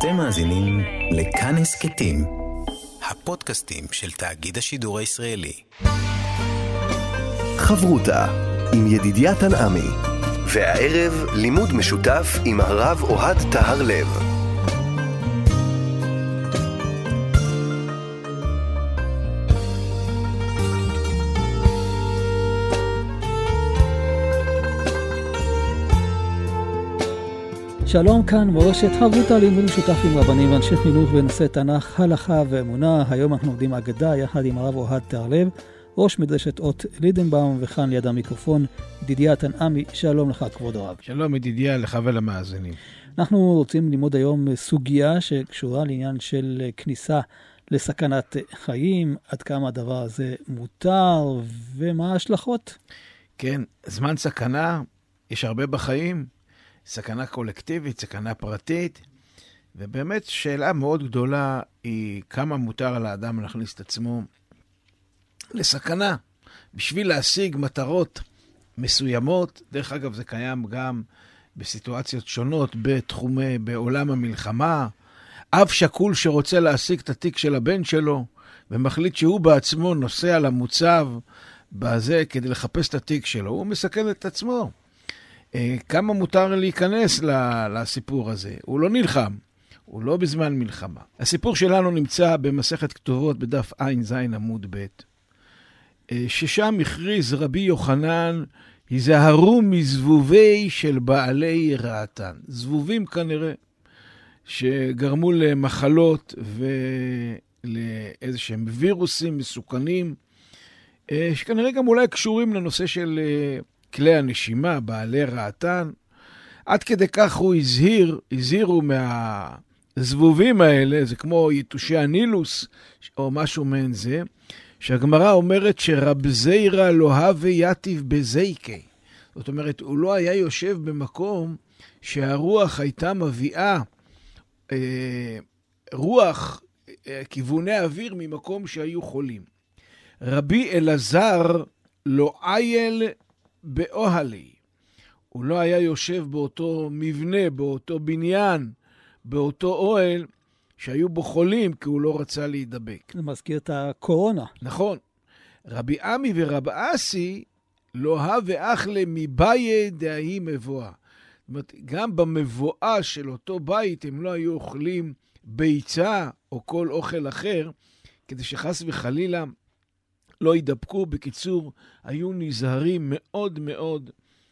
אתם מאזינים לכאן הסכתים, הפודקאסטים של תאגיד השידור הישראלי. חברותה עם ידידיה תנעמי, והערב לימוד משותף עם הרב אוהד טהר לב. שלום, כאן מורשת חברותה, לימוד משותף עם רבנים ואנשי חינוך בנושא תנ"ך, הלכה ואמונה. היום אנחנו לומדים אגדה יחד עם הרב אוהד טהר לב, ראש מדרשת אות לידנבאום, וכאן ליד המיקרופון ידידיה תנעמי. שלום לך כבוד הרב. שלום ידידיה, לך ולמאזינים. אנחנו רוצים ללמוד היום סוגיה שקשורה לעניין של כניסה לסכנת חיים, עד כמה הדבר הזה מותר ומה ההשלכות. כן, זמן סכנה, יש הרבה בחיים, סכנה קולקטיבית, סכנה פרטית, ובאמת שאלה מאוד גדולה היא כמה מותר לאדם להכניס את עצמו לסכנה בשביל להשיג מטרות מסוימות. דרך אגב, זה קיים גם בסיטואציות שונות בעולם המלחמה. אב שכול שרוצה להשיג את התיק של הבן שלו ומחליט שהוא בעצמו נוסע למוצב בזה כדי לחפש את התיק שלו, הוא מסכן את עצמו. כמה מותר להיכנס לסיפור הזה? הוא לא נלחם, הוא לא בזמן מלחמה. הסיפור שלנו נמצא במסכת כתובות בדף ע"ז עמוד ב', ששם הכריז רבי יוחנן, היזהרו מזבובי של בעלי רעתן. זבובים כנראה שגרמו למחלות ולאיזשהם וירוסים מסוכנים, שכנראה גם אולי קשורים לנושא של כלי הנשימה, בעלי רעתן. עד כדי כך הוא הזהירו מהזבובים האלה, זה כמו יתושי הנילוס או משהו מעין זה, שהגמרא אומרת שרב זיירא לא הווה יתיב בזייקי. זאת אומרת, הוא לא היה יושב במקום שהרוח הייתה מביאה רוח, כיווני אוויר ממקום שהיו חולים. רבי אלעזר לא אייל באוהלי. הוא לא היה יושב באותו מבנה, באותו בניין, באותו אוהל שהיו בו חולים, כי הוא לא רצה להידבק. זה מזכיר את הקורונה. נכון. רבי עמי ורב אסי לא הווה אחלה מביה דהי מבואה. זאת אומרת, גם במבואה של אותו בית הם לא היו אוכלים ביצה או כל אוכל אחר, כדי שחס וחלילה לא ידבקו. בקיצור, היו נזהרים מאוד מאוד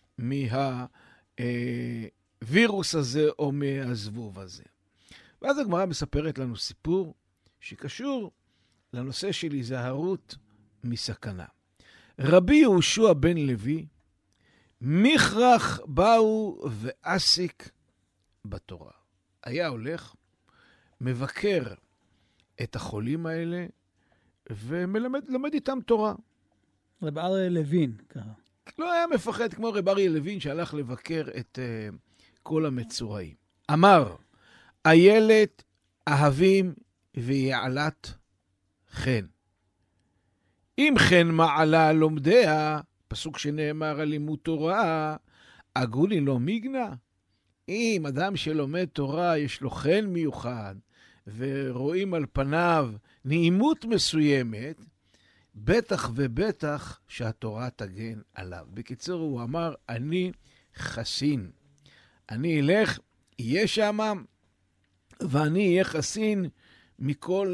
מהווירוס הזה או מהזבוב הזה. ואז הגמרא מספרת לנו סיפור שקשור לנושא של היזהרות מסכנה. רבי יהושע בן לוי, מכרח באו ועסיק בתורה. היה הולך, מבקר את החולים האלה, ולמד איתם תורה. רב אריה לוין, ככה. לא היה מפחד כמו רב אריה לוין שהלך לבקר את כל המצורעים. אמר, איילת אהבים ויעלת חן. אם חן מעלה לומדיה, פסוק שנאמר על לימוד תורה, אגולי לא מיגנה. אם אדם שלומד תורה יש לו חן מיוחד, ורואים על פניו נעימות מסוימת, בטח ובטח שהתורה תגן עליו. בקיצור, הוא אמר, אני חסין. אני אלך, יהיה שם, ואני אהיה חסין מכל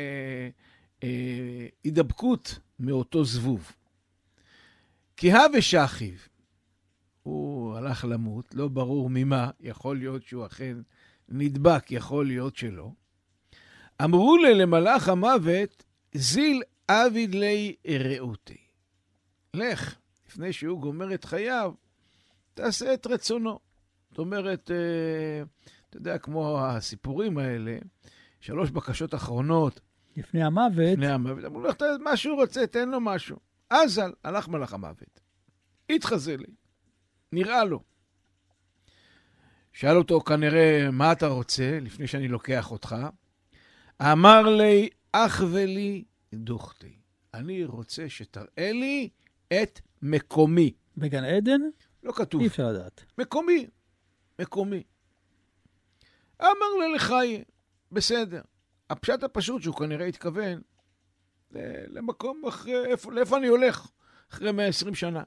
הידבקות מאותו זבוב. כי הווה שכיב, הוא הלך למות, לא ברור ממה, יכול להיות שהוא אכן נדבק, יכול להיות שלא. אמרו לי למלאך המוות, זיל אביד לי רעותי. לך, לפני שהוא גומר את חייו, תעשה את רצונו. זאת אומרת, אתה יודע, כמו הסיפורים האלה, 3 בקשות אחרונות. לפני המוות. אמרו לך, מה שהוא רוצה, תן לו משהו. אז הלך מלאך המוות. התחזה לי. נראה לו. שאל אותו כנראה, מה אתה רוצה, לפני שאני לוקח אותך? אמר לי, אח ולי דוכתי. אני רוצה שתראה לי את מקומי. בגן עדן? לא כתוב. אי אפשר לדעת. מקומי. אמר לה לחי, בסדר. הפשט הפשוט שהוא כנראה התכוון למקום לאיפה אני הולך אחרי 120 שנה.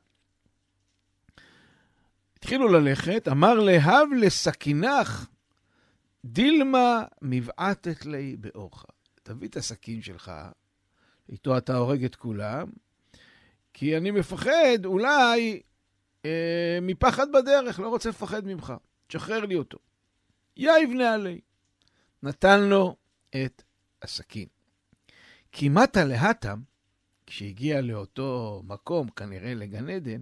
התחילו ללכת, אמר להב לסכינך, דילמה מבעטת לי באורך. תביא את הסכין שלך, איתו אתה הורג את כולם, כי אני מפחד אולי מפחד בדרך, לא רוצה לפחד ממך. תשחרר לי אותו. יבנה עלי. נתן לו את הסכין. כמעט להתם, כשהגיע לאותו מקום, כנראה לגן עדן,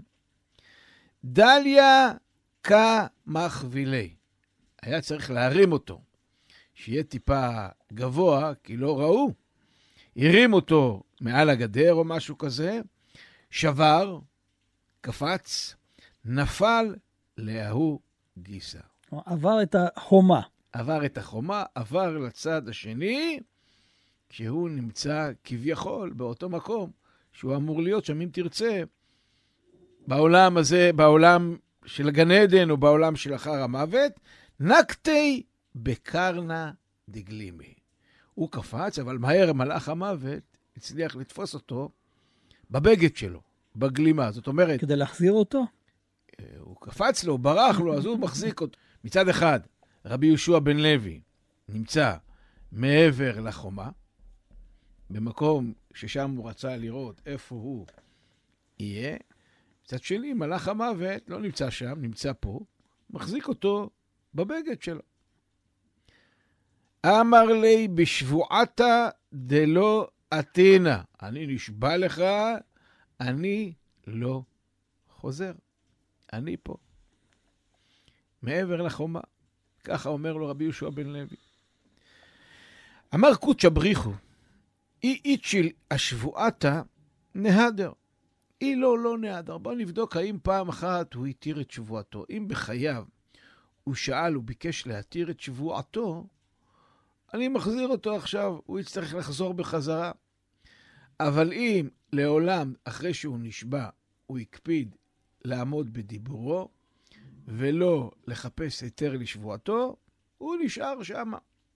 דליה כמחבילי. היה צריך להרים אותו, שיהיה טיפה גבוה, כי לא ראו. הרים אותו מעל הגדר או משהו כזה, שבר, קפץ, נפל להוא גיסה. עבר את החומה. עבר את החומה, עבר לצד השני, כשהוא נמצא כביכול באותו מקום, שהוא אמור להיות שם אם תרצה, בעולם הזה, בעולם של גן עדן או בעולם של אחר המוות, נקטי בקרנה דגלימי. הוא קפץ, אבל מהר מלאך המוות הצליח לתפוס אותו בבגד שלו, בגלימה. זאת אומרת, כדי להחזיר אותו? הוא קפץ לו, הוא ברח לו, אז הוא מחזיק אותו. מצד אחד, רבי יהושע בן לוי נמצא מעבר לחומה, במקום ששם הוא רצה לראות איפה הוא יהיה. מצד שני, מלאך המוות לא נמצא שם, נמצא פה, מחזיק אותו בבגד שלו. אמר לי בשבועתה דלא אתינה. אני נשבע לך, אני לא חוזר. אני פה. מעבר לחומה. ככה אומר לו רבי יהושע בן לוי. אמר קודשא בריחו, אי איצ'יל השבועתה נהדר. אי לא נהדר. בוא נבדוק האם פעם אחת הוא התיר את שבועתו. אם בחייו הוא שאל, הוא ביקש להתיר את שבועתו, אני מחזיר אותו עכשיו, הוא יצטרך לחזור בחזרה. אבל אם לעולם, אחרי שהוא נשבע, הוא יקפיד לעמוד בדיבורו, ולא לחפש היתר לשבועתו, הוא נשאר שם.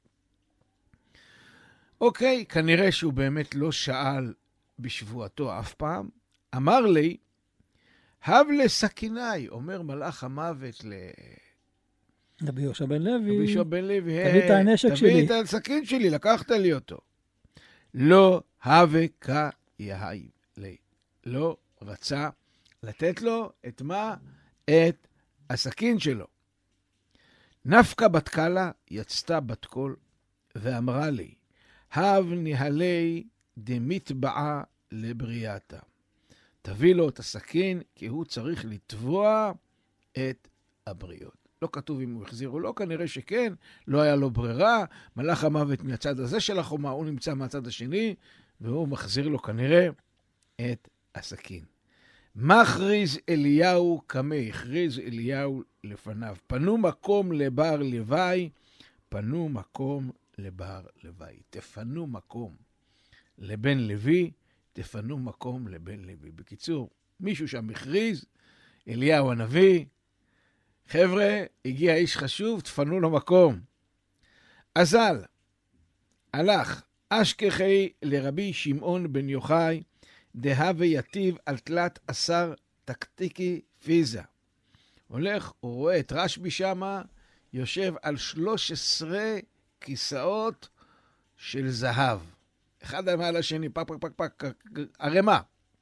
אוקיי, כנראה שהוא באמת לא שאל בשבועתו אף פעם. אמר לי, הב לסכיני, אומר מלאך המוות רבי יהושע בן לוי. רבי יהושע בן לוי, תביא את הנשק שלי. תביא את הסכין שלי, לקחת לי אותו. לא הווה כיהי לי. לא רצה לתת לו את מה? את הסכין שלו. נפקא בת קלה יצתה בת קול ואמרה לי, הב נהלי דמטבעה לבריאתה. תביא לו את הסכין, כי הוא צריך לתבוע את הבריות. לא כתוב אם הוא החזיר או לא, כנראה שכן, לא היה לו ברירה, מלאך המוות מהצד הזה של החומה, הוא נמצא מהצד השני, והוא מחזיר לו כנראה את הסכין. מכריז אליהו כמה, הכריז אליהו לפניו. פנו מקום לבר לוואי, פנו מקום לבר לוואי. תפנו מקום לבן לוי, תפנו מקום לבן לוי. בקיצור, מישהו שם הכריז, אליהו הנביא, חבר'ה, הגיע איש חשוב, תפנו לו מקום. אזל, הלך, אשכחי לרבי שמעון בן יוחאי, דהווה יתיב על תלת 10 תקתיקי פיזה. הולך, הוא רואה את רשב"י שמה, יושב על 13 כיסאות של זהב. אחד מעל השני, פק, פק, פק, פק, הרמה.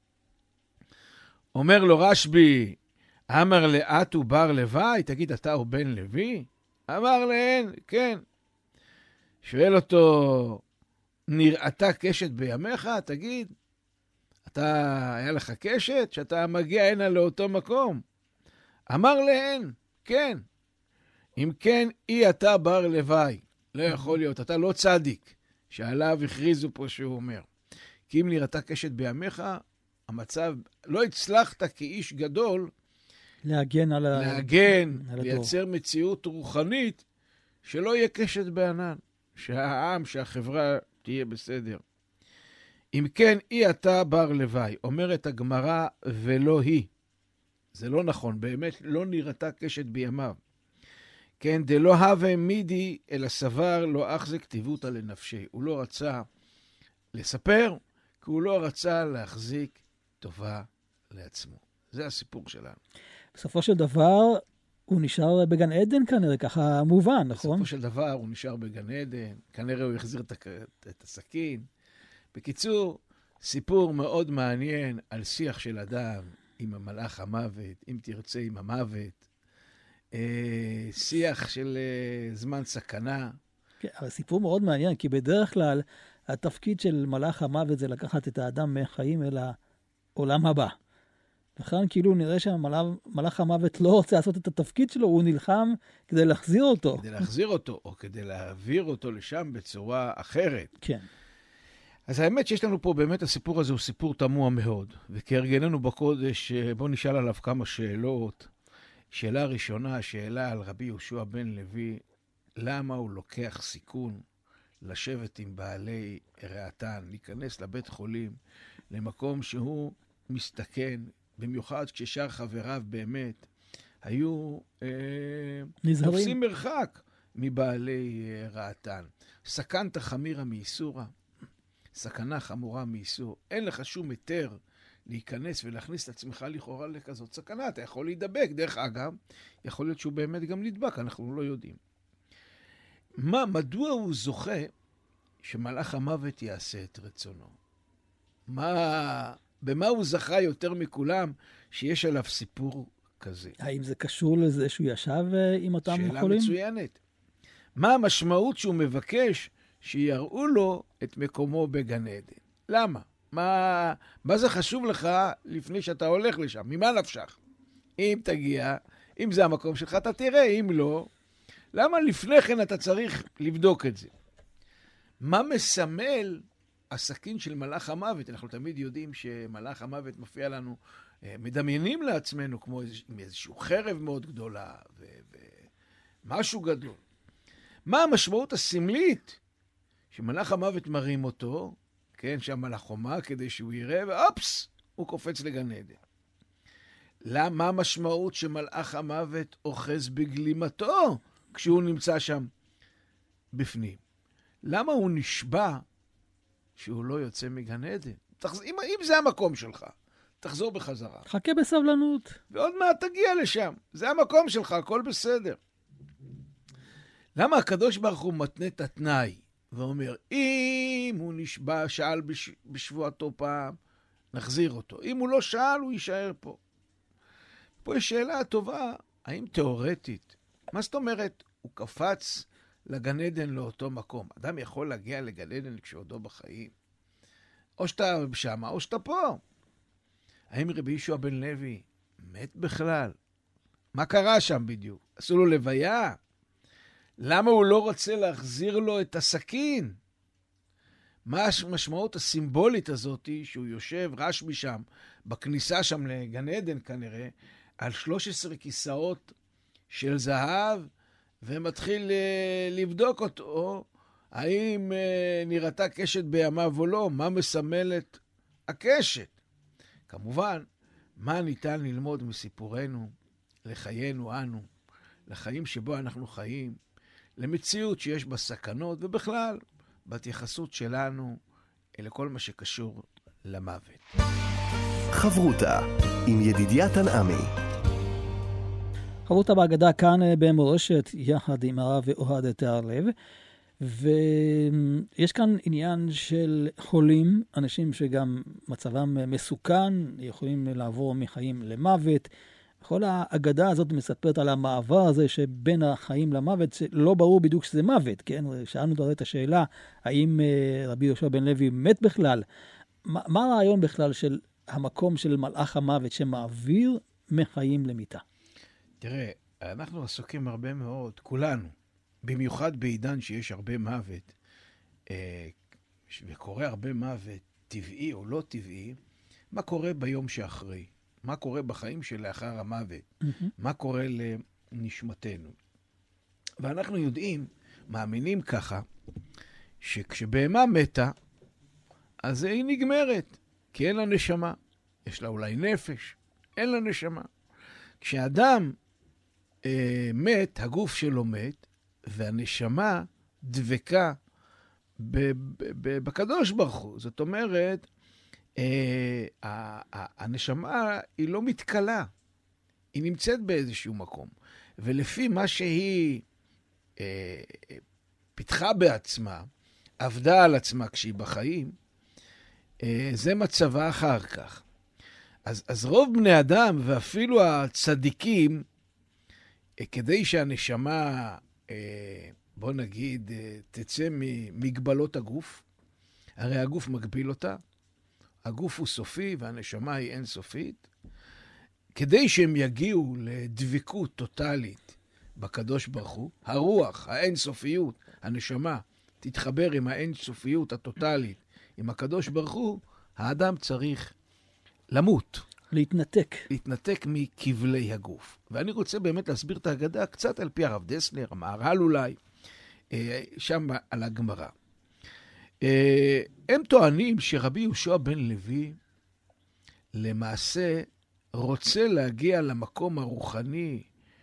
אומר לו רשב"י, אמר לאט הוא בר לוואי, תגיד, אתה הוא בן לוי? אמר להן, כן. שואל אותו, נראתה קשת בימיך? תגיד, היה לך קשת שאתה מגיע הנה לאותו מקום? אמר להן, כן. אם כן, אי אתה בר לוואי. לא יכול להיות, אתה לא צדיק, שעליו הכריזו פה שהוא אומר. כי אם נראתה קשת בימיך, המצב, לא הצלחת כאיש גדול, להגן, לייצר מציאות רוחנית, שלא יהיה קשת בענן, שהעם, שהחברה תהיה בסדר. אם כן, אי אתה בר לוואי, אומרת הגמרא ולא היא. זה לא נכון, באמת לא נראתה קשת בימיו. כן, דלא הווה מידי, אלא סבר לא אחזק כתיבותא לנפשי. הוא לא רצה לספר, כי הוא לא רצה להחזיק טובה לעצמו. זה הסיפור שלנו. בסופו של דבר, הוא נשאר בגן עדן כנראה, ככה מובן, נכון? בסופו של דבר הוא נשאר בגן עדן, כנראה הוא החזיר את הסכין. בקיצור, סיפור מאוד מעניין על שיח של אדם עם המלאך המוות, אם תרצה עם המוות. שיח של זמן סכנה. כן, אבל סיפור מאוד מעניין, כי בדרך כלל התפקיד של מלאך המוות זה לקחת את האדם מהחיים אל העולם הבא. וכאן כאילו נראה שהמלאך המוות לא רוצה לעשות את התפקיד שלו, הוא נלחם כדי להחזיר אותו. כדי להחזיר אותו, או כדי להעביר אותו לשם בצורה אחרת. כן. אז האמת שיש לנו פה באמת הסיפור הזה הוא סיפור תמוה מאוד. וכהרגלנו בקודש, בואו נשאל עליו כמה שאלות. שאלה ראשונה, שאלה על רבי יהושע בן לוי, למה הוא לוקח סיכון לשבת עם בעלי רעתן, להיכנס לבית חולים, למקום שהוא מסתכן, במיוחד כששאר חבריו באמת היו תופסים מרחק מבעלי רעתן. סכנת חמירה מאיסורה, סכנה חמורה מאיסור. אין לך שום היתר להיכנס ולהכניס את עצמך לכאורה לכזאת סכנה. אתה יכול להידבק. דרך אגב, יכול להיות שהוא באמת גם נדבק, אנחנו לא יודעים. מדוע הוא זוכה שמלאך המוות יעשה את רצונו? במה הוא זכה יותר מכולם שיש עליו סיפור כזה? האם זה קשור לזה שהוא ישב עם אותם חולים? שאלה מצוינת. מה המשמעות שהוא מבקש שיראו לו את מקומו בגן עדן? למה? מה זה חשוב לך לפני שאתה הולך לשם? ממה נפשך? אם תגיע, אם זה המקום שלך, אתה תראה, אם לא, למה לפני כן אתה צריך לבדוק את זה? מה מסמל הסכין של מלאך המוות? אנחנו תמיד יודעים שמלאך המוות מופיע לנו, מדמיינים לעצמנו כמו איזשהו חרב מאוד גדולה ומשהו גדול. מה המשמעות הסמלית שמלאך המוות מרים אותו, כן, שם על החומה כדי שהוא יראה, ואופס, הוא קופץ לגן עדן. מה המשמעות שמלאך המוות אוחז בגלימתו כשהוא נמצא שם בפנים? למה הוא נשבע שהוא לא יוצא מגן עדן? אם זה המקום שלך, תחזור בחזרה. חכה בסבלנות. ועוד מעט תגיע לשם. זה המקום שלך, הכל בסדר. למה הקדוש ברוך הוא מתנה את התנאי ואומר, אם הוא נשבע, שאל בשבועתו פעם, נחזיר אותו. אם הוא לא שאל, הוא יישאר פה. פה יש שאלה טובה, האם תיאורטית? מה זאת אומרת? הוא קפץ לגן עדן לאותו מקום. אדם יכול להגיע לגן עדן כשעודו בחיים. או שאתה שם, או שאתה פה. האם רבי יהושע בן לוי מת בכלל? מה קרה שם בדיוק? עשו לו לוויה? למה הוא לא רוצה להחזיר לו את הסכין? מה המשמעות הסימבולית הזאת שהוא יושב רשמי שם, בכניסה שם לגן עדן כנראה, על 13 כיסאות של זהב, ומתחיל לבדוק אותו, האם נראתה קשת בימיו או לא, מה מסמלת הקשת. כמובן, מה ניתן ללמוד מסיפורנו לחיינו אנו, לחיים שבו אנחנו חיים, למציאות שיש בה סכנות, ובכלל, בהתייחסות שלנו לכל מה שקשור למוות. חברותה עם ידידיה תנעמי. חברותה בהגדה כאן במורשת יחד עם הרב אוהד תיארלב, ויש כאן עניין של חולים, אנשים שגם מצבם מסוכן, יכולים לעבור מחיים למוות. כל ההגדה הזאת מספרת על המעבר הזה שבין החיים למוות, שלא ברור בדיוק שזה מוות, כן? שאלנו את השאלה, האם רבי יהושע בן לוי מת בכלל? מה הרעיון בכלל של המקום של מלאך המוות שמעביר מחיים למיתה? תראה, אנחנו עסוקים הרבה מאוד, כולנו, במיוחד בעידן שיש הרבה מוות, וקורה הרבה מוות, טבעי או לא טבעי, מה קורה ביום שאחרי? מה קורה בחיים שלאחר המוות? מה קורה לנשמתנו? ואנחנו יודעים, מאמינים ככה, שכשבהמה מתה, אז היא נגמרת, כי אין לה נשמה. יש לה אולי נפש, אין לה נשמה. כשאדם מת, הגוף שלו מת, והנשמה דבקה בקדוש ברוך הוא. זאת אומרת, הנשמה היא לא מתקלה, היא נמצאת באיזשהו מקום. ולפי מה שהיא פיתחה בעצמה, עבדה על עצמה כשהיא בחיים, זה מצבה אחר כך. אז רוב בני אדם, ואפילו הצדיקים, כדי שהנשמה, בוא נגיד, תצא ממגבלות הגוף, הרי הגוף מגביל אותה, הגוף הוא סופי והנשמה היא אינסופית, כדי שהם יגיעו לדבקות טוטלית בקדוש ברוך הוא, הרוח, האינסופיות, הנשמה, תתחבר עם האינסופיות הטוטלית, עם הקדוש ברוך הוא, האדם צריך למות. להתנתק מכבלי הגוף. ואני רוצה באמת להסביר את ההגדה קצת על פי הרב דסלר, המהר"ל אולי, שם על הגמרא. הם טוענים שרבי יהושע בן לוי למעשה רוצה להגיע למקום הרוחני,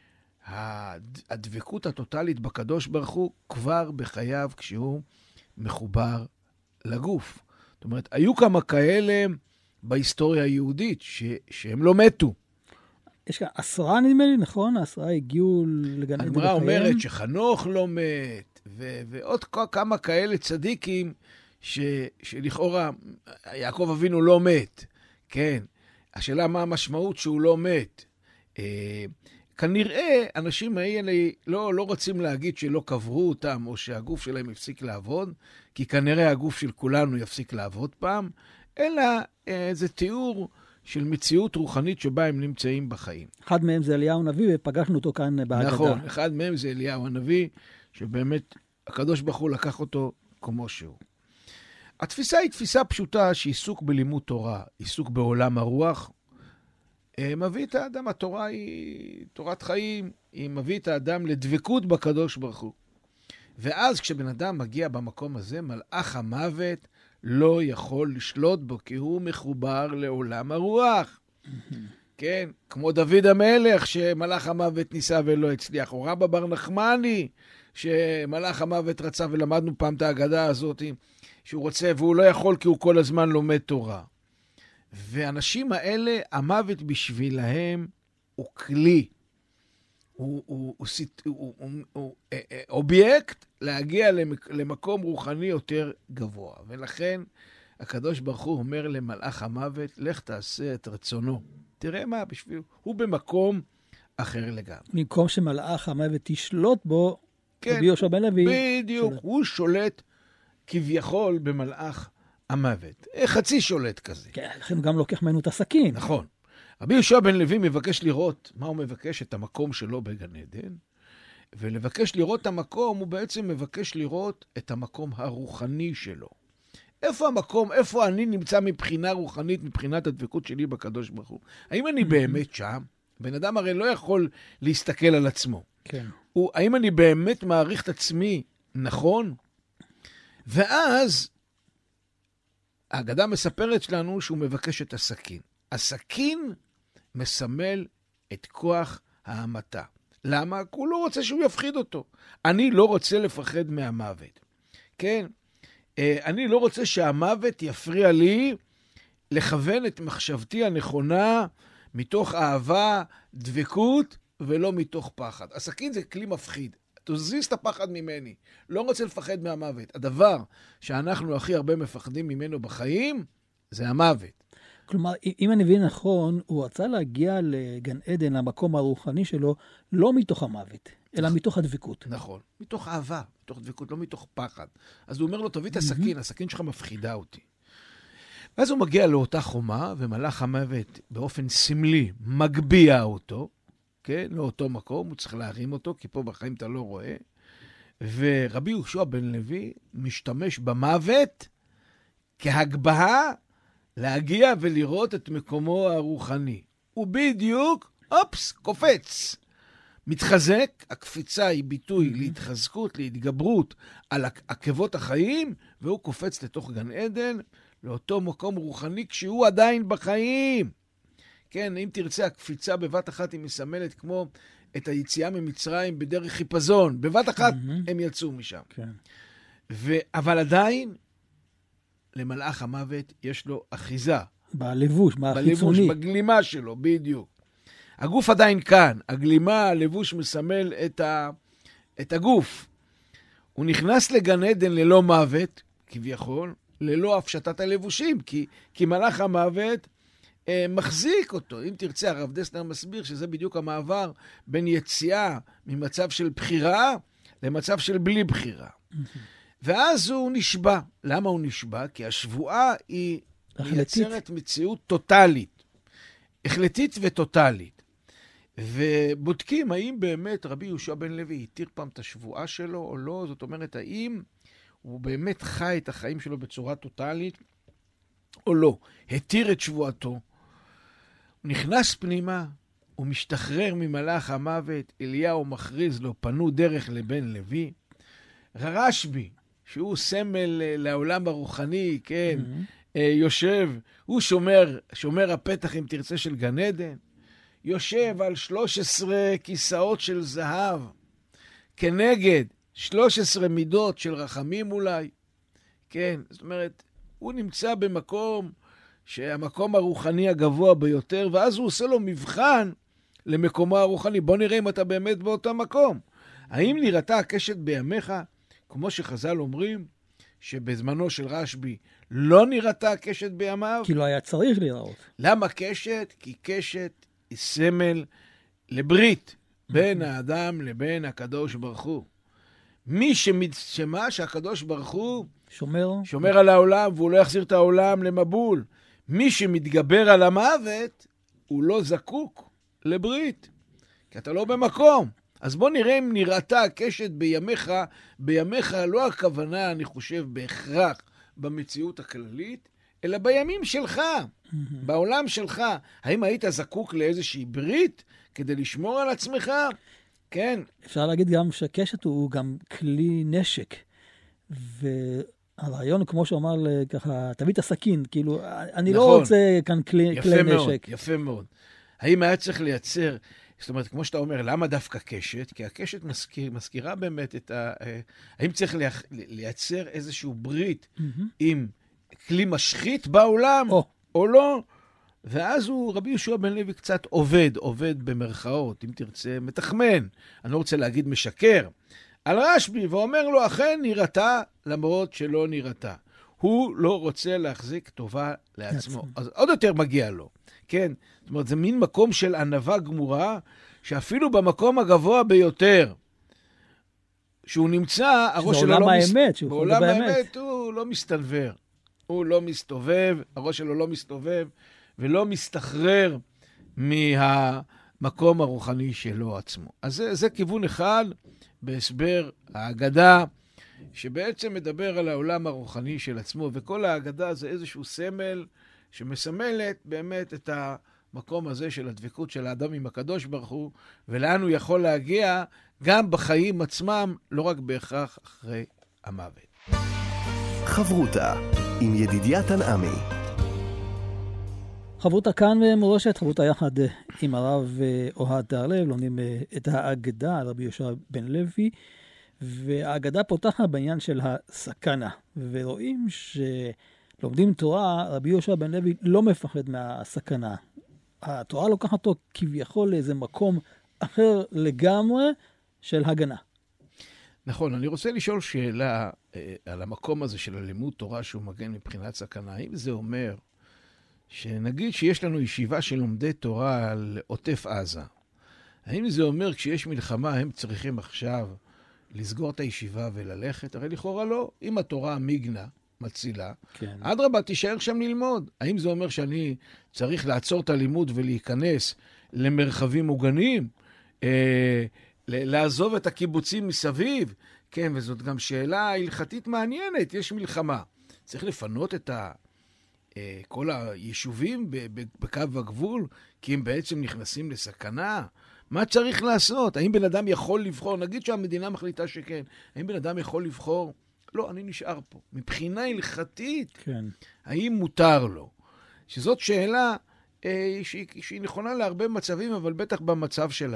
הדבקות הטוטלית בקדוש ברוך הוא, כבר בחייו כשהוא מחובר לגוף. זאת אומרת, היו כמה כאלה בהיסטוריה היהודית שהם לא מתו. יש כאן 10 נדמה לי, נכון? 10 הגיעו לגן עדן בחייהם. הגמרא אומרת שחנוך לא מת, ועוד כמה כאלה צדיקים שלכאורה יעקב אבינו לא מת. כן, השאלה מה המשמעות שהוא לא מת. כנראה אנשים האלה לא רוצים להגיד שלא קברו אותם, או שהגוף שלהם יפסיק לעבוד, כי כנראה הגוף של כולנו יפסיק לעבוד פעם, אלא זה תיאור של מציאות רוחנית שבה הם נמצאים בחיים. אחד מהם זה אליהו הנביא, ופגשנו אותו כאן בהגדה. נכון, אחד מהם זה אליהו הנביא, שבאמת הקדוש ברוך הוא לקח אותו כמו שהוא. התפיסה היא תפיסה פשוטה שעיסוק בלימוד תורה, עיסוק בעולם הרוח, מביא את האדם, התורה היא תורת חיים, היא מביא את האדם לדבקות בקדוש ברוך הוא. ואז כשבן אדם מגיע במקום הזה, מלאך המוות לא יכול לשלוט בו, כי הוא מחובר לעולם הרוח. כן, כמו דוד המלך, שמלאך המוות ניסה ולא הצליח, או רבא בר נחמני, שמלאך המוות רצה, ולמדנו פעם את ההגדה הזאת, שהוא רוצה והוא לא יכול כי הוא כל הזמן לומד תורה. ואנשים האלה, המוות בשבילהם הוא כלי, הוא אובייקט להגיע למקום רוחני יותר גבוה. ולכן הקדוש ברוך הוא אומר למלאך המוות, לך תעשה את רצונו. תראה מה בשביל, הוא במקום אחר לגמרי. במקום שמלאך המוות תשלוט בו, רבי יהושע בן לוי. בדיוק, הוא שולט כביכול במלאך המוות. חצי שולט כזה. כן, לכן הוא גם לוקח ממנו את הסכין. נכון. רבי יהושע בן לוי מבקש לראות מה הוא מבקש, את המקום שלו בגן עדן, ולבקש לראות את המקום, הוא בעצם מבקש לראות את המקום הרוחני שלו. איפה המקום, איפה אני נמצא מבחינה רוחנית, מבחינת הדבקות שלי בקדוש ברוך הוא? האם אני באמת שם? בן אדם הרי לא יכול להסתכל על עצמו. כן. האם אני באמת מעריך את עצמי נכון? ואז ההגדה מספרת לנו שהוא מבקש את הסכין. הסכין מסמל את כוח ההמתה. למה? כי הוא לא רוצה שהוא יפחיד אותו. אני לא רוצה לפחד מהמוות. כן? אני לא רוצה שהמוות יפריע לי לכוון את מחשבתי הנכונה מתוך אהבה, דבקות, ולא מתוך פחד. הסכין זה כלי מפחיד. תזיז את הפחד ממני. לא רוצה לפחד מהמוות. הדבר שאנחנו הכי הרבה מפחדים ממנו בחיים, זה המוות. כלומר, אם אני מבין נכון, הוא רצה להגיע לגן עדן, למקום הרוחני שלו, לא מתוך המוות, אלא מתוך הדבקות. נכון. מתוך אהבה, מתוך דבקות, לא מתוך פחד. אז הוא אומר לו, תביא את הסכין, הסכין שלך מפחידה אותי. ואז הוא מגיע לאותה חומה, ומלאך המוות באופן סמלי מגביע אותו, כן? לאותו מקום, הוא צריך להרים אותו, כי פה בחיים אתה לא רואה. ורבי יהושע בן לוי משתמש במוות כהגבהה להגיע ולראות את מקומו הרוחני. הוא בדיוק, אופס, קופץ. מתחזק, הקפיצה היא ביטוי להתחזקות, להתגברות על עקבות החיים, והוא קופץ לתוך גן עדן, לאותו מקום רוחני כשהוא עדיין בחיים. כן, אם תרצה, הקפיצה בבת אחת היא מסמלת כמו את היציאה ממצרים בדרך חיפזון. בבת אחת הם יצאו משם. כן. אבל עדיין, למלאך המוות יש לו אחיזה. בלבוש, בלבוש, בגלימה שלו, בדיוק. הגוף עדיין כאן. הגלימה, הלבוש מסמל את הגוף. הוא נכנס לגן עדן ללא מוות, כביכול, ללא הפשטת הלבושים, כי מלאך המוות מחזיק אותו. אם תרצה, הרב דסנר מסביר שזה בדיוק המעבר בין יציאה ממצב של בחירה למצב של בלי בחירה. ואז הוא נשבע. למה הוא נשבע? כי השבועה היא מייצרת מציאות טוטלית. החלטית וטוטלית. ובודקים האם באמת רבי יהושע בן לוי התיר פעם את השבועה שלו או לא. זאת אומרת, האם הוא באמת חי את החיים שלו בצורה טוטלית או לא. התיר את שבועתו. הוא נכנס פנימה, הוא משתחרר ממלאך המוות. אליהו מכריז לו, פנו דרך לבן לוי. רשב"י, שהוא סמל לעולם הרוחני, כן, יושב, הוא שומר הפתח, אם תרצה, של גן עדן, יושב על 13 כיסאות של זהב, כנגד 13 מידות של רחמים אולי, כן, זאת אומרת, הוא נמצא במקום שהמקום הרוחני הגבוה ביותר, ואז הוא עושה לו מבחן למקומו הרוחני. בוא נראה אם אתה באמת באותו מקום. האם נראתה הקשת בימיך, כמו שחז"ל אומרים, שבזמנו של רשב"י לא נראתה הקשת בימיו? כי לא היה צריך לראות. למה קשת? כי קשת היא סמל לברית בין האדם לבין הקדוש ברוך הוא. מי שמה שהקדוש ברוך הוא שומר על העולם, והוא לא יחזיר את העולם למבול. מי שמתגבר על המוות, הוא לא זקוק לברית, כי אתה לא במקום. אז בוא נראה אם נראתה הקשת בימיך. בימיך לא הכוונה, אני חושב, בהכרח במציאות הכללית, אלא בימים שלך, בעולם שלך. האם היית זקוק לאיזושהי ברית כדי לשמור על עצמך? כן. אפשר להגיד גם שהקשת הוא גם כלי נשק. והרעיון, כמו שאמר ככה, תביא את הסכין, כאילו, אני נכון. לא רוצה כאן כלי נשק. יפה מאוד. האם היה צריך לייצר, זאת אומרת, כמו שאתה אומר, למה דווקא קשת? כי הקשת מזכירה באמת את האם צריך לייצר איזשהו ברית עם כלי משחית בעולם, או לא? ואז רבי יהושע בן לוי קצת עובד במרכאות, אם תרצה, מתחמן. אני לא רוצה להגיד משקר, על רשב"י, ואומר לו, אכן נראתה, למרות שלא נראתה. הוא לא רוצה להחזיק טובה לעצמו. אז עוד יותר מגיע לו. כן? זאת אומרת, זה מין מקום של ענווה גמורה, שאפילו במקום הגבוה ביותר, שהוא נמצא, הראש שלו לא בעולם האמת, הוא לא מסתנבר. הוא לא מסתובב, הראש שלו לא מסתובב, ולא מסתחרר מהמקום הרוחני שלו עצמו. אז זה כיוון אחד בהסבר ההגדה, שבעצם מדבר על העולם הרוחני של עצמו, וכל ההגדה זה איזשהו סמל שמסמלת באמת את המקום הזה של הדבקות של האדם עם הקדוש ברוך הוא, ולאן הוא יכול להגיע גם בחיים עצמם, לא רק בהכרח אחרי המוות. חברותה עם ידידיה תנעמי. חברותה כאן מורשת, חברותה יחד עם הרב אוהד תהרלב, לומדים את ההגדה על רבי יהושע בן לוי, וההגדה פותחת בעניין של הסכנה, ורואים שלומדים תורה, רבי יהושע בן לוי לא מפחד מהסכנה. התורה לוקחת אותו כביכול לאיזה מקום אחר לגמרי של הגנה. נכון, אני רוצה לשאול שאלה על המקום הזה של הלימוד תורה שהוא מגן מבחינת סכנה. האם זה אומר שנגיד שיש לנו ישיבה של לומדי תורה על עוטף עזה, האם זה אומר כשיש מלחמה הם צריכים עכשיו לסגור את הישיבה וללכת? הרי לכאורה לא. אם התורה מיגנה, מצילה, כן. אדרבה, תישאר שם ללמוד. האם זה אומר שאני צריך לעצור את הלימוד ולהיכנס למרחבים מוגנים? לעזוב את הקיבוצים מסביב? כן, וזאת גם שאלה הלכתית מעניינת. יש מלחמה. צריך לפנות את כל היישובים בקו הגבול, כי הם בעצם נכנסים לסכנה. מה צריך לעשות? האם בן אדם יכול לבחור? נגיד שהמדינה מחליטה שכן. האם בן אדם יכול לבחור? לא, אני נשאר פה. מבחינה הלכתית, כן. האם מותר לו? שזאת שאלה שהיא נכונה להרבה מצבים, אבל בטח במצב של היום.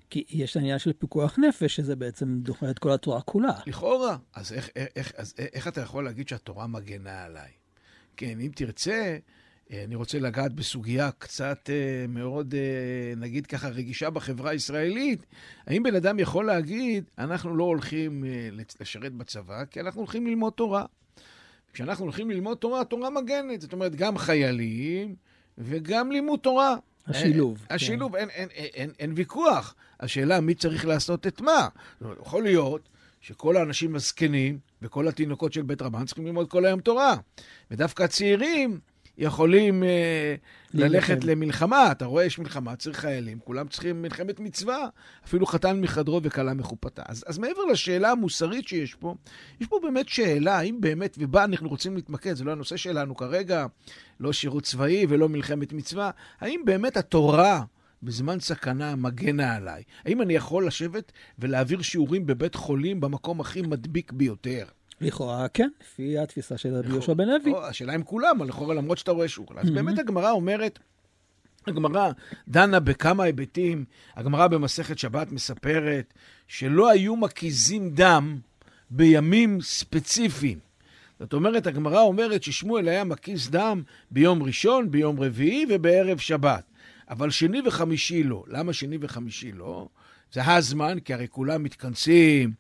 כי יש העניין של פיקוח נפש, שזה בעצם דוחה את כל התורה כולה. לכאורה. אז איך אתה יכול להגיד שהתורה מגנה עליי? כן, אם תרצה, אני רוצה לגעת בסוגיה קצת מאוד, נגיד ככה, רגישה בחברה הישראלית. האם בן אדם יכול להגיד, אנחנו לא הולכים לשרת בצבא, כי אנחנו הולכים ללמוד תורה. כשאנחנו הולכים ללמוד תורה, התורה מגנת. זאת אומרת, גם חיילים וגם לימוד תורה. השילוב. השילוב, אין ויכוח. השאלה, מי צריך לעשות את מה? יכול להיות שכל האנשים הזקנים וכל התינוקות של בית רבן צריכים ללמוד כל היום תורה. ודווקא הצעירים יכולים ללכת למלחמה. אתה רואה, יש מלחמה, צריך חיילים, כולם צריכים מלחמת מצווה, אפילו חתן מחדרו וכלה מחופתה. אז מעבר לשאלה המוסרית שיש פה, יש פה באמת שאלה, האם באמת, ובה אנחנו רוצים להתמקד, זה לא הנושא שלנו כרגע, לא שירות צבאי ולא מלחמת מצווה, האם באמת התורה בזמן סכנה מגנה עליי? האם אני יכול לשבת ולהעביר שיעורים בבית חולים במקום הכי מדביק ביותר? לכאורה, כן, לפי התפיסה של רבי יהושע בן לוי. השאלה עם כולם, לכאורה למרות שאתה רואה שוק. אז באמת הגמרא אומרת, הגמרא דנה בכמה היבטים, הגמרא במסכת שבת מספרת שלא היו מקיזים דם בימים ספציפיים. זאת אומרת, הגמרא אומרת ששמואל היה מקיז דם ביום ראשון, ביום רביעי ובערב שבת. אבל שני וחמישי לא. למה שני וחמישי לא? זה הזמן, כי הרי כולם מתכנסים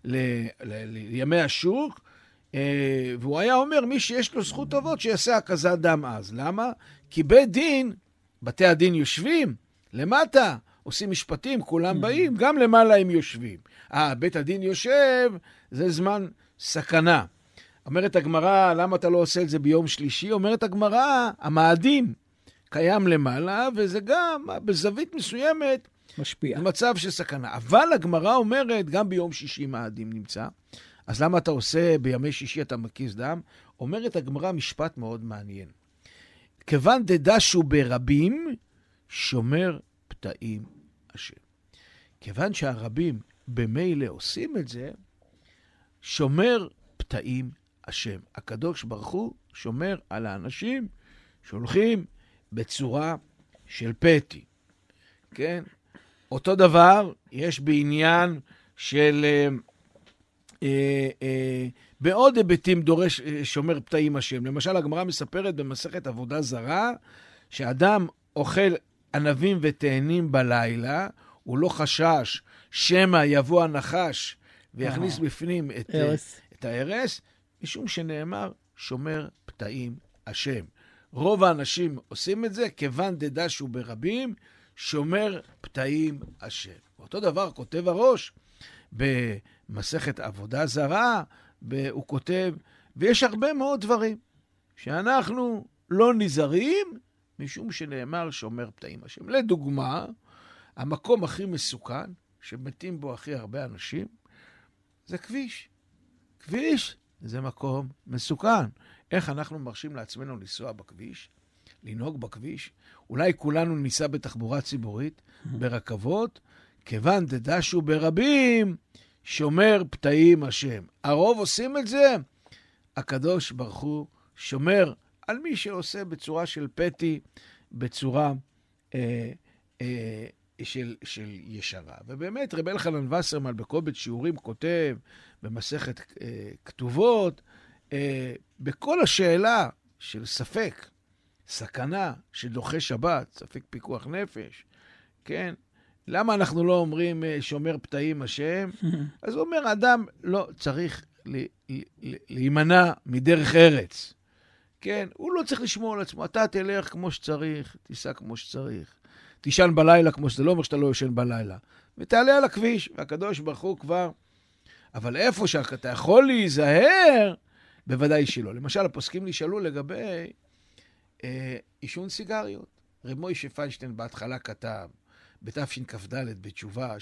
לימי השוק, והוא היה אומר, מי שיש לו זכות אבות, שיעשה הקזת דם אז. למה? כי בית דין, בתי הדין יושבים, למטה, עושים משפטים, כולם באים, גם למעלה הם יושבים. בית הדין יושב, זה זמן סכנה. אומרת הגמרא, למה אתה לא עושה את זה ביום שלישי? אומרת הגמרא, המאדים קיים למעלה, וזה גם בזווית מסוימת, משפיע. מצב של סכנה. אבל הגמרא אומרת, גם ביום שישי מאדים נמצא. אז למה אתה עושה בימי שישי אתה מקיז דם? אומרת הגמרא משפט מאוד מעניין. כיוון דדשו ברבים, שומר פתאים השם. כיוון שהרבים במילא עושים את זה, שומר פתאים השם. הקדוש ברוך הוא שומר על האנשים שהולכים בצורה של פתי. כן? אותו דבר יש בעניין של בעוד היבטים דורש שומר פתאים השם. למשל, הגמרא מספרת במסכת עבודה זרה, שאדם אוכל ענבים ותאנים בלילה, הוא לא חשש שמא יבוא הנחש ויכניס בפנים את הארס, משום שנאמר שומר פתאים השם. רוב האנשים עושים את זה, כיוון דדשו ברבים, שומר פתאים השם. אותו דבר כותב הראש במסכת עבודה זרה, הוא כותב, ויש הרבה מאוד דברים שאנחנו לא נזהרים, משום שנאמר שומר פתאים השם. לדוגמה, המקום הכי מסוכן, שמתים בו הכי הרבה אנשים, זה כביש. כביש זה מקום מסוכן. איך אנחנו מרשים לעצמנו לנסוע בכביש, לנהוג בכביש? אולי כולנו ניסע בתחבורה ציבורית, ברכבות, כיוון דדשו ברבים, שומר פתאים השם. הרוב עושים את זה, הקדוש ברוך הוא שומר על מי שעושה בצורה של פתי, בצורה של ישרה. ובאמת רבי אלחנן וסרמן בקובץ שיעורים כותב במסכת כתובות, בכל השאלה של ספק, סכנה שדוחה שבת, ספק פיקוח נפש, כן? למה אנחנו לא אומרים שומר פתאים השם? אז הוא אומר, אדם לא צריך להימנע מדרך ארץ. כן? הוא לא צריך לשמור על עצמו. אתה תלך כמו שצריך, תיסע כמו שצריך. תישן בלילה כמו שזה לא אומר שאתה לא יושן בלילה. ותעלה על הכביש, והקדוש ברוך הוא כבר. אבל איפה שאתה יכול להיזהר, בוודאי שלא. למשל, הפוסקים נשאלו לגבי עישון סיגריות. רב מוישה פיינשטיין בהתחלה כתב, בתשכ"ד בתשובה,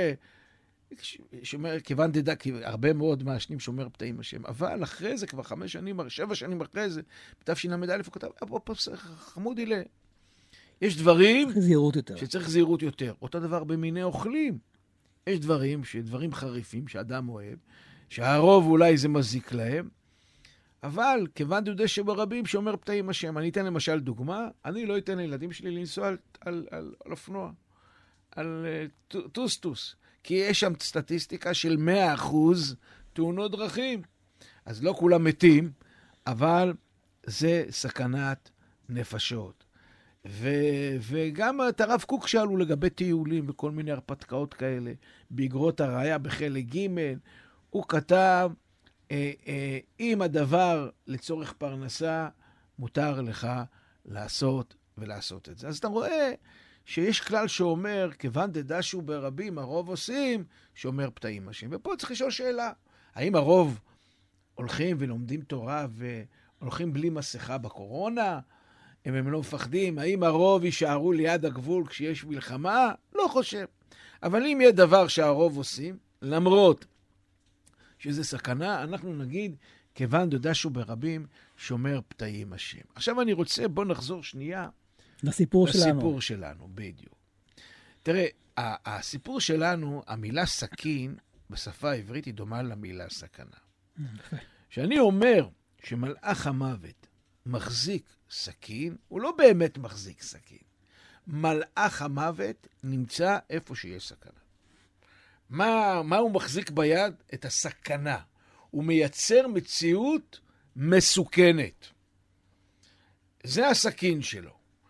שומר, כיוון דדה, כי הרבה מאוד מעשנים שומר פתאים השם, אבל אחרי זה, כבר 5 שנים, 7 שנים אחרי זה, בתשל"א הוא כתב, חמודי לה, יש דברים שצריך זהירות יותר. אותו דבר במיני אוכלים. יש דברים, דברים חריפים שאדם אוהב, שהרוב אולי זה מזיק להם, אבל כיוון דודה שברבים שומר פתאים השם. אני אתן למשל דוגמה, אני לא אתן לילדים שלי לנסוע על אופנוע. על טוסטוס, כי יש שם סטטיסטיקה של 100% תאונות דרכים. אז לא כולם מתים, אבל זה סכנת נפשות. וגם את הרב קוק שאלו לגבי טיולים וכל מיני הרפתקאות כאלה, באגרות הראיה בחלק ג', הוא כתב, אם הדבר לצורך פרנסה, מותר לך לעשות את זה. אז אתה רואה שיש כלל שאומר, כיוון דדשו ברבים, הרוב עושים, שאומר פתאים השם. ופה צריך לשאול שאלה, האם הרוב הולכים ולומדים תורה והולכים בלי מסכה בקורונה? אם הם לא מפחדים, האם הרוב יישארו ליד הגבול כשיש מלחמה? לא חושב. אבל אם יהיה דבר שהרוב עושים, למרות שזה סכנה, אנחנו נגיד, כיוון דדשו ברבים, שומר פתאים השם. עכשיו אני רוצה, בוא נחזור שנייה לסיפור שלנו, בדיוק. תראה, הסיפור שלנו, המילה סכין, בשפה העברית היא דומה למילה סכנה. שאני אומר שמלאך המוות מחזיק סכין, הוא לא באמת מחזיק סכין. מלאך המוות נמצא איפה שיש סכנה. מה הוא מחזיק ביד? את הסכנה. הוא מייצר מציאות מסוכנת. זה הסכין שלו.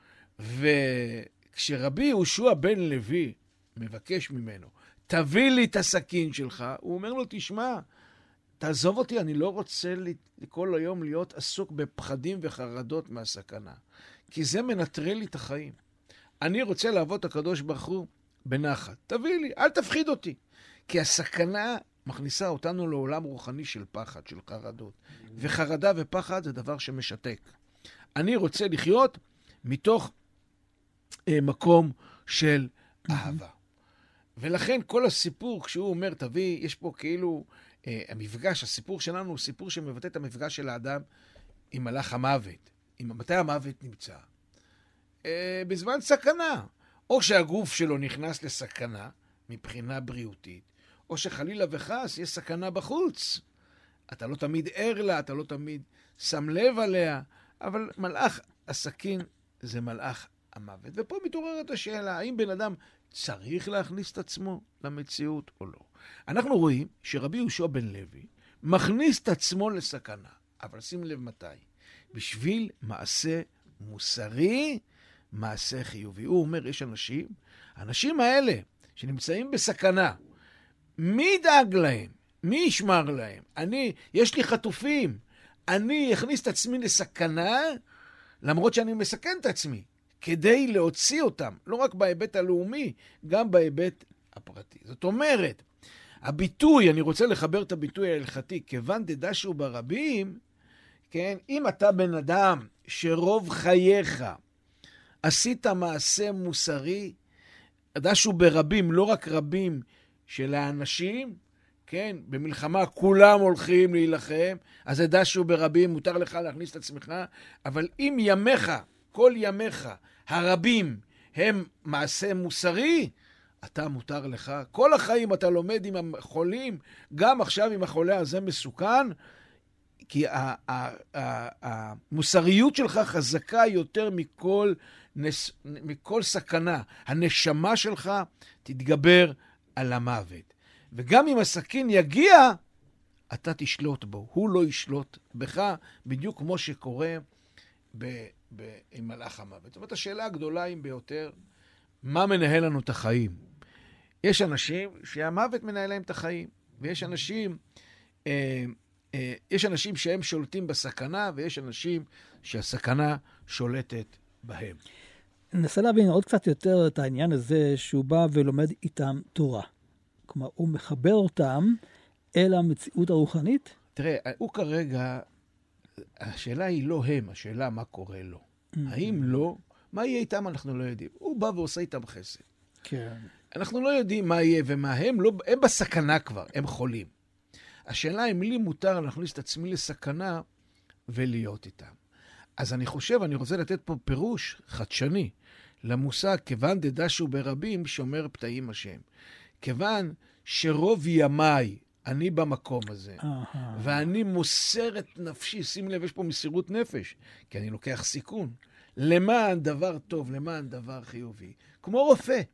וכשרבי יהושע בן לוי מבקש ממנו, תביא לי את הסכין שלך, הוא אומר לו, תשמע, תעזוב אותי, אני לא רוצה כל היום להיות עסוק בפחדים וחרדות מהסכנה. כי זה מנטרל לי את החיים. אני רוצה לעבוד את הקדוש ברוך הוא בנחת. תביא לי, אל תפחיד אותי. כי הסכנה מכניסה אותנו לעולם רוחני של פחד, של חרדות. וחרדה ופחד זה דבר שמשתק. אני רוצה לחיות מתוך מקום של אהבה. ולכן כל הסיפור, כשהוא אומר, תביא, יש פה כאילו המפגש, הסיפור שלנו הוא סיפור שמבטא את המפגש של האדם עם מלאך המוות. מתי המוות נמצא? בזמן סכנה. או שהגוף שלו נכנס לסכנה מבחינה בריאותית, או שחלילה וחס יש סכנה בחוץ. אתה לא תמיד ער לה, אתה לא תמיד שם לב עליה, אבל מלאך הסכין זה מלאך המוות. ופה מתעוררת השאלה, האם בן אדם צריך להכניס את עצמו למציאות או לא. אנחנו רואים שרבי יהושע בן לוי מכניס את עצמו לסכנה, אבל שים לב מתי. בשביל מעשה מוסרי, מעשה חיובי. הוא אומר, יש אנשים האלה שנמצאים בסכנה, מי ידאג להם? מי ישמר להם? יש לי חטופים, אני אכניס את עצמי לסכנה, למרות שאני מסכן את עצמי, כדי להוציא אותם, לא רק בהיבט הלאומי, גם בהיבט הפרטי. זאת אומרת, הביטוי, אני רוצה לחבר את הביטוי ההלכתי, כיוון דדשו ברבים, כן? אם אתה בן אדם שרוב חייך עשית מעשה מוסרי, דשו ברבים, לא רק רבים של האנשים, כן? במלחמה כולם הולכים להילחם, אז דשו ברבים, מותר לך להכניס את עצמך, אבל אם ימיך, כל ימיך, הרבים הם מעשה מוסרי, אתה מותר לך. כל החיים אתה לומד עם החולים, גם עכשיו עם החולה הזה מסוכן, כי המוסריות שלך חזקה יותר מכל סכנה. הנשמה שלך תתגבר על המוות. וגם אם הסכין יגיע, אתה תשלוט בו. הוא לא ישלוט בך, בדיוק כמו שקורה עם מלאך המוות. זאת אומרת, השאלה הגדולה היא ביותר, מה מנהל לנו את החיים? יש אנשים שהמוות מנהל להם את החיים, ויש אנשים שהם שולטים בסכנה, ויש אנשים שהסכנה שולטת בהם. ננסה להבין עוד קצת יותר את העניין הזה שהוא בא ולומד איתם תורה. כלומר, הוא מחבר אותם אל המציאות הרוחנית? תראה, הוא כרגע, השאלה היא לא הם, השאלה מה קורה לו. האם לא, מה יהיה איתם אנחנו לא יודעים. הוא בא ועושה איתם חסד. כן. אנחנו לא יודעים מה יהיה ומה הם, הם בסכנה כבר, הם חולים. השאלה אם לי מותר להכניס את עצמי לסכנה ולהיות איתם. אז אני רוצה לתת פה פירוש חדשני למושג, כיוון דדשו ברבים שומר פתאים השם. כיוון שרוב ימיי אני במקום הזה, ואני מוסר את נפשי, שים לב, יש פה מסירות נפש, כי אני לוקח סיכון, למען דבר טוב, למען דבר חיובי. כמו רופא.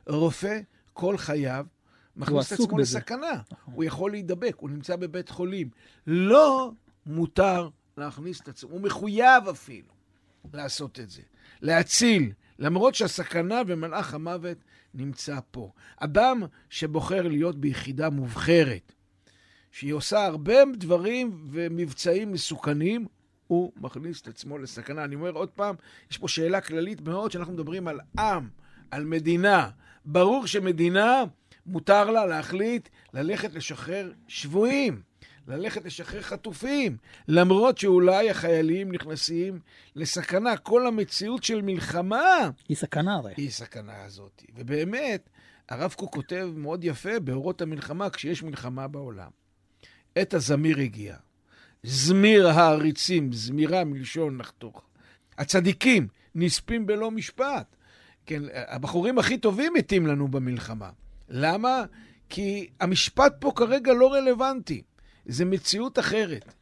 רופא כל חייו מכניס את עצמו לסכנה. הוא יכול להידבק, הוא נמצא בבית חולים. לא מותר להכניס את עצמו, הוא מחויב אפילו לעשות את זה, להציל, למרות שהסכנה ומלאך המוות נמצא פה. אדם שבוחר להיות ביחידה מובחרת, שהיא עושה הרבה דברים ומבצעים מסוכנים, הוא מכניס את עצמו לסכנה. אני אומר עוד פעם, יש פה שאלה כללית מאוד, שאנחנו מדברים על עם, על מדינה. ברור שמדינה מותר לה להחליט ללכת לשחרר שבויים, ללכת לשחרר חטופים, למרות שאולי החיילים נכנסים לסכנה. כל המציאות של מלחמה היא סכנה הרי. היא סכנה הזאת. ובאמת, הרב קוק כותב מאוד יפה באורות המלחמה, כשיש מלחמה בעולם. עת הזמיר הגיע. זמיר העריצים, זמירה מלשון נחתוך. הצדיקים נספים בלא משפט. כן, הבחורים הכי טובים מתים לנו במלחמה. למה? כי המשפט פה כרגע לא רלוונטי. זה מציאות אחרת.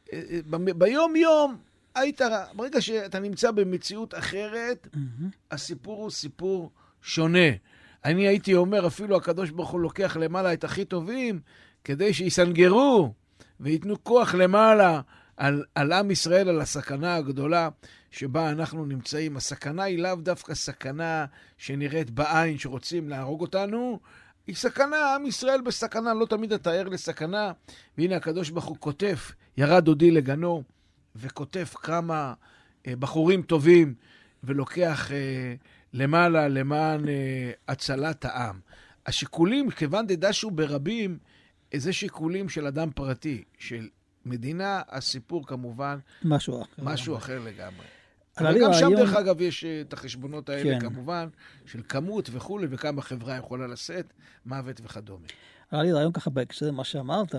ביום יום, ברגע שאתה נמצא במציאות אחרת, הסיפור הוא סיפור שונה. אני הייתי אומר, אפילו הקדוש ברוך הוא לוקח למעלה את הכי טובים, כדי שיסנגרו ויתנו כוח למעלה על עם ישראל, על הסכנה הגדולה שבה אנחנו נמצאים. הסכנה היא לאו דווקא סכנה שנראית בעין שרוצים להרוג אותנו, היא סכנה, עם ישראל בסכנה, לא תמיד אתה ער לסכנה. והנה הקדוש ברוך הוא כותב, ירד דודי לגנו, וכותב כמה בחורים טובים, ולוקח למעלה למען הצלת העם. השיקולים, כיוון דדשו ברבים, זה שיקולים של אדם פרטי, של מדינה, הסיפור כמובן משהו אחר לגמרי. אבל גם שם דרך אגב יש את החשבונות האלה כמובן, של כמות וכו' וכמה חברה יכולה לשאת, מוות וכדומה. היה לי רעיון ככה בהקשר מה שאמרת,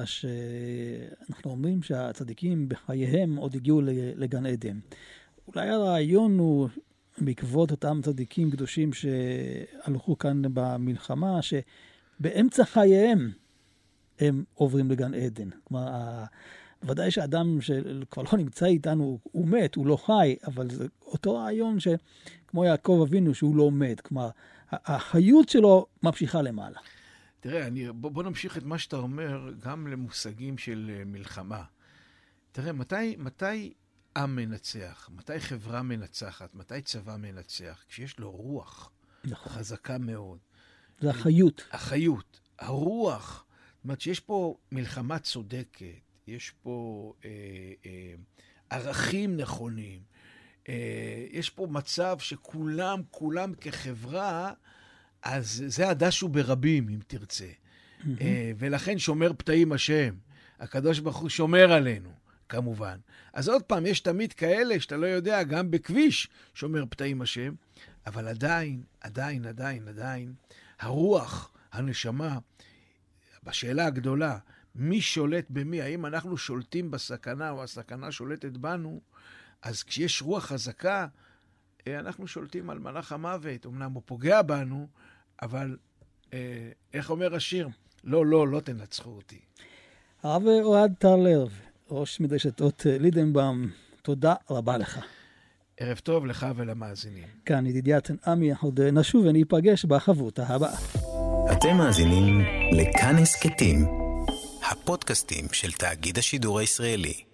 שאנחנו אומרים שהצדיקים בחייהם עוד הגיעו לגן עדן. אולי הרעיון הוא בעקבות אותם צדיקים קדושים שהלכו כאן במלחמה, שבאמצע חייהם הם עוברים לגן עדן. כלומר, ודאי שאדם שכבר לא נמצא איתנו, הוא מת, הוא לא חי, אבל זה אותו רעיון שכמו יעקב אבינו שהוא לא מת. כלומר, החיות שלו ממשיכה למעלה. תראה, בוא נמשיך את מה שאתה אומר גם למושגים של מלחמה. תראה, מתי עם מנצח? מתי חברה מנצחת? מתי צבא מנצח? כשיש לו רוח חזקה מאוד. זה החיות. החיות, הרוח. זאת אומרת שיש פה מלחמה צודקת, יש פה ערכים נכונים, יש פה מצב שכולם כחברה, אז זה הדשו ברבים, אם תרצה. ולכן שומר פתאים השם. הקדוש ברוך הוא שומר עלינו, כמובן. אז עוד פעם, יש תמיד כאלה שאתה לא יודע, גם בכביש שומר פתאים השם, אבל עדיין, הרוח, הנשמה, בשאלה הגדולה, מי שולט במי? האם אנחנו שולטים בסכנה או הסכנה שולטת בנו? אז כשיש רוח חזקה, אנחנו שולטים על מלאך המוות. אמנם הוא פוגע בנו, אבל איך אומר השיר? לא תנצחו אותי. הרב אוהד טרלר, ראש מדרשת אות לידנבאום, תודה רבה לך. ערב טוב לך ולמאזינים. כאן ידידיה תנעמי, עוד נשוב וניפגש בחברותה הבאה. אתם מאזינים לכאן הסכתים, הפודקאסטים של תאגיד השידור הישראלי.